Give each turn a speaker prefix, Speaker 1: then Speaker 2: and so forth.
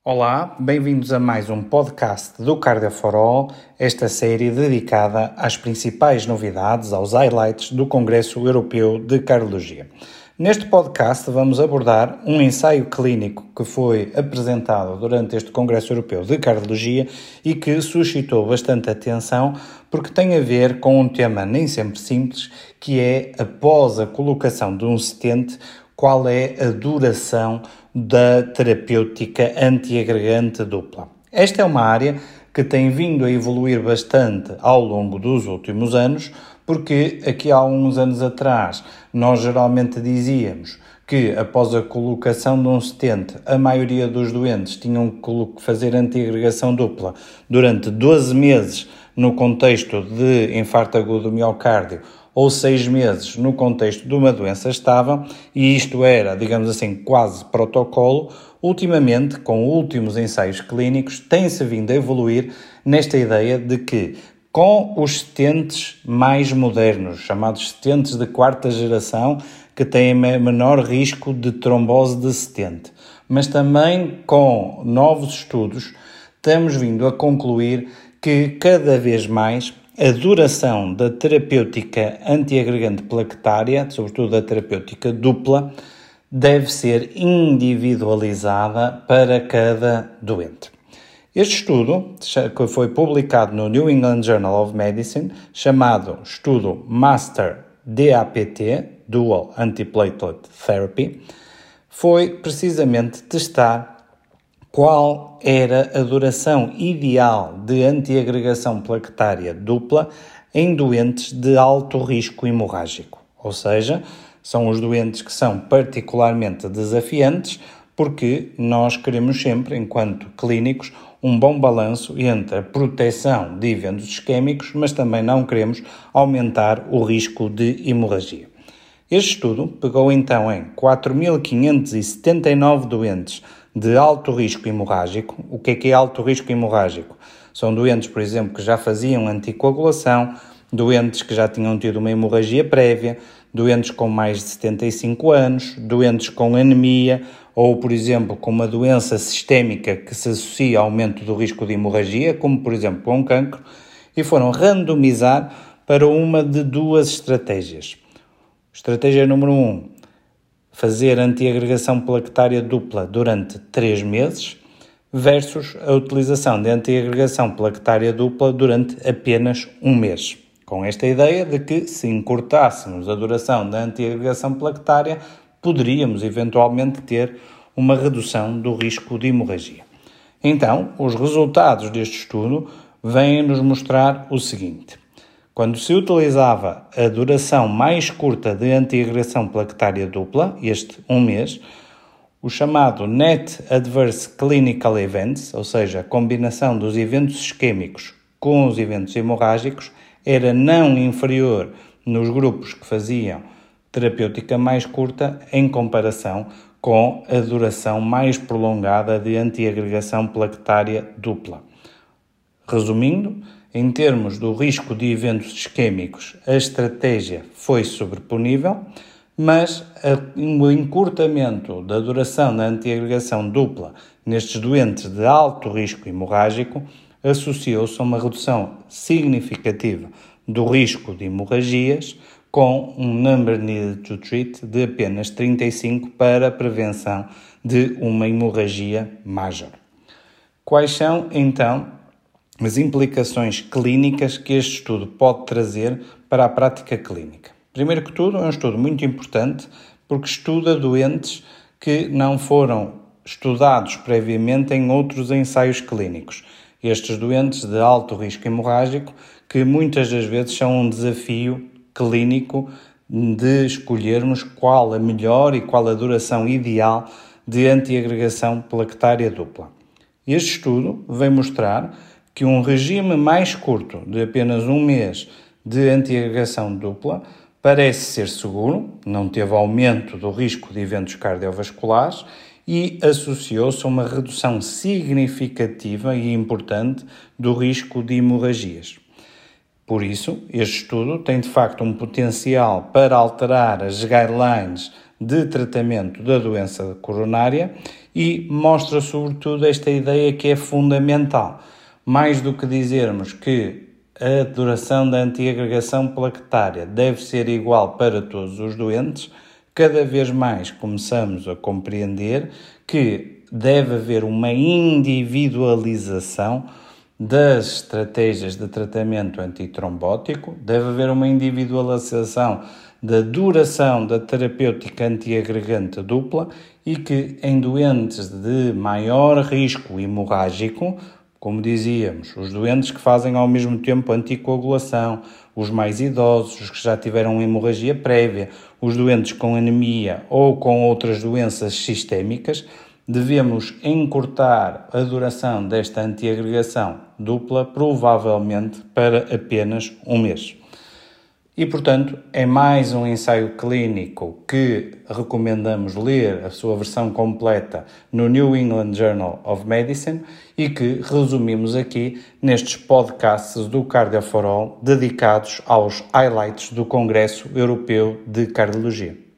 Speaker 1: Olá, bem-vindos a mais um podcast do Cardio for All, esta série dedicada às principais novidades, aos highlights do Congresso Europeu de Cardiologia. Neste podcast vamos abordar um ensaio clínico que foi apresentado durante este Congresso Europeu de Cardiologia e que suscitou bastante atenção porque tem a ver com um tema nem sempre simples, que é, após a colocação de um stent, qual é a duração da terapêutica antiagregante dupla. Esta é uma área que tem vindo a evoluir bastante ao longo dos últimos anos, porque aqui há uns anos atrás nós geralmente dizíamos que após a colocação de um stent a maioria dos doentes tinham que fazer antiagregação dupla durante 12 meses no contexto de infarto agudo do miocárdio ou 6 meses no contexto de uma doença estável, e isto era, digamos assim, quase protocolo. Ultimamente, com últimos ensaios clínicos, tem-se vindo a evoluir nesta ideia de que, com os stents mais modernos, chamados stents de quarta geração, que têm menor risco de trombose de stent, mas também com novos estudos, estamos vindo a concluir que cada vez mais a duração da terapêutica antiagregante plaquetária, sobretudo da terapêutica dupla, deve ser individualizada para cada doente. Este estudo, que foi publicado no New England Journal of Medicine, chamado Estudo MASTER-DAPT, Dual Antiplatelet Therapy, foi precisamente testar qual era a duração ideal de antiagregação plaquetária dupla em doentes de alto risco hemorrágico. Ou seja, são os doentes que são particularmente desafiantes, porque nós queremos sempre, enquanto clínicos, um bom balanço entre a proteção de eventos isquémicos, mas também não queremos aumentar o risco de hemorragia. Este estudo pegou então em 4.579 doentes de alto risco hemorrágico. O que é alto risco hemorrágico? São doentes, por exemplo, que já faziam anticoagulação, doentes que já tinham tido uma hemorragia prévia, doentes com mais de 75 anos, doentes com anemia ou, por exemplo, com uma doença sistémica que se associa ao aumento do risco de hemorragia, como, por exemplo, com cancro, e foram randomizar para uma de duas estratégias. Estratégia número 1, fazer antiagregação plaquetária dupla durante 3 meses versus a utilização de antiagregação plaquetária dupla durante apenas 1 mês. Com esta ideia de que, se encurtássemos a duração da antiagregação plaquetária, poderíamos eventualmente ter uma redução do risco de hemorragia. Então, os resultados deste estudo vêm nos mostrar o seguinte: quando se utilizava a duração mais curta de antiagregação plaquetária dupla, este 1 mês, o chamado Net Adverse Clinical Events, ou seja, a combinação dos eventos isquémicos com os eventos hemorrágicos, era não inferior nos grupos que faziam terapêutica mais curta em comparação com a duração mais prolongada de antiagregação plaquetária dupla. Resumindo, em termos do risco de eventos isquémicos, a estratégia foi sobreponível, mas o encurtamento da duração da antiagregação dupla nestes doentes de alto risco hemorrágico associou-se a uma redução significativa do risco de hemorragias, com um number needed to treat de apenas 35 para a prevenção de uma hemorragia major. Quais são, então, as implicações clínicas que este estudo pode trazer para a prática clínica? Primeiro que tudo, é um estudo muito importante porque estuda doentes que não foram estudados previamente em outros ensaios clínicos. Estes doentes de alto risco hemorrágico que muitas das vezes são um desafio clínico de escolhermos qual a melhor e qual a duração ideal de antiagregação plaquetária dupla. Este estudo vem mostrar que um regime mais curto, de apenas 1 mês de antiagregação dupla, parece ser seguro, não teve aumento do risco de eventos cardiovasculares e associou-se a uma redução significativa e importante do risco de hemorragias. Por isso, este estudo tem de facto um potencial para alterar as guidelines de tratamento da doença coronária e mostra sobretudo esta ideia que é fundamental. Mais do que dizermos que a duração da antiagregação plaquetária deve ser igual para todos os doentes, cada vez mais começamos a compreender que deve haver uma individualização das estratégias de tratamento antitrombótico, deve haver uma individualização da duração da terapêutica antiagregante dupla e que em doentes de maior risco hemorrágico, como dizíamos, os doentes que fazem ao mesmo tempo anticoagulação, os mais idosos, os que já tiveram hemorragia prévia, os doentes com anemia ou com outras doenças sistémicas, devemos encurtar a duração desta antiagregação dupla, provavelmente para apenas um mês. E, portanto, é mais um ensaio clínico que recomendamos ler a sua versão completa no New England Journal of Medicine e que resumimos aqui nestes podcasts do Cardio for All dedicados aos highlights do Congresso Europeu de Cardiologia.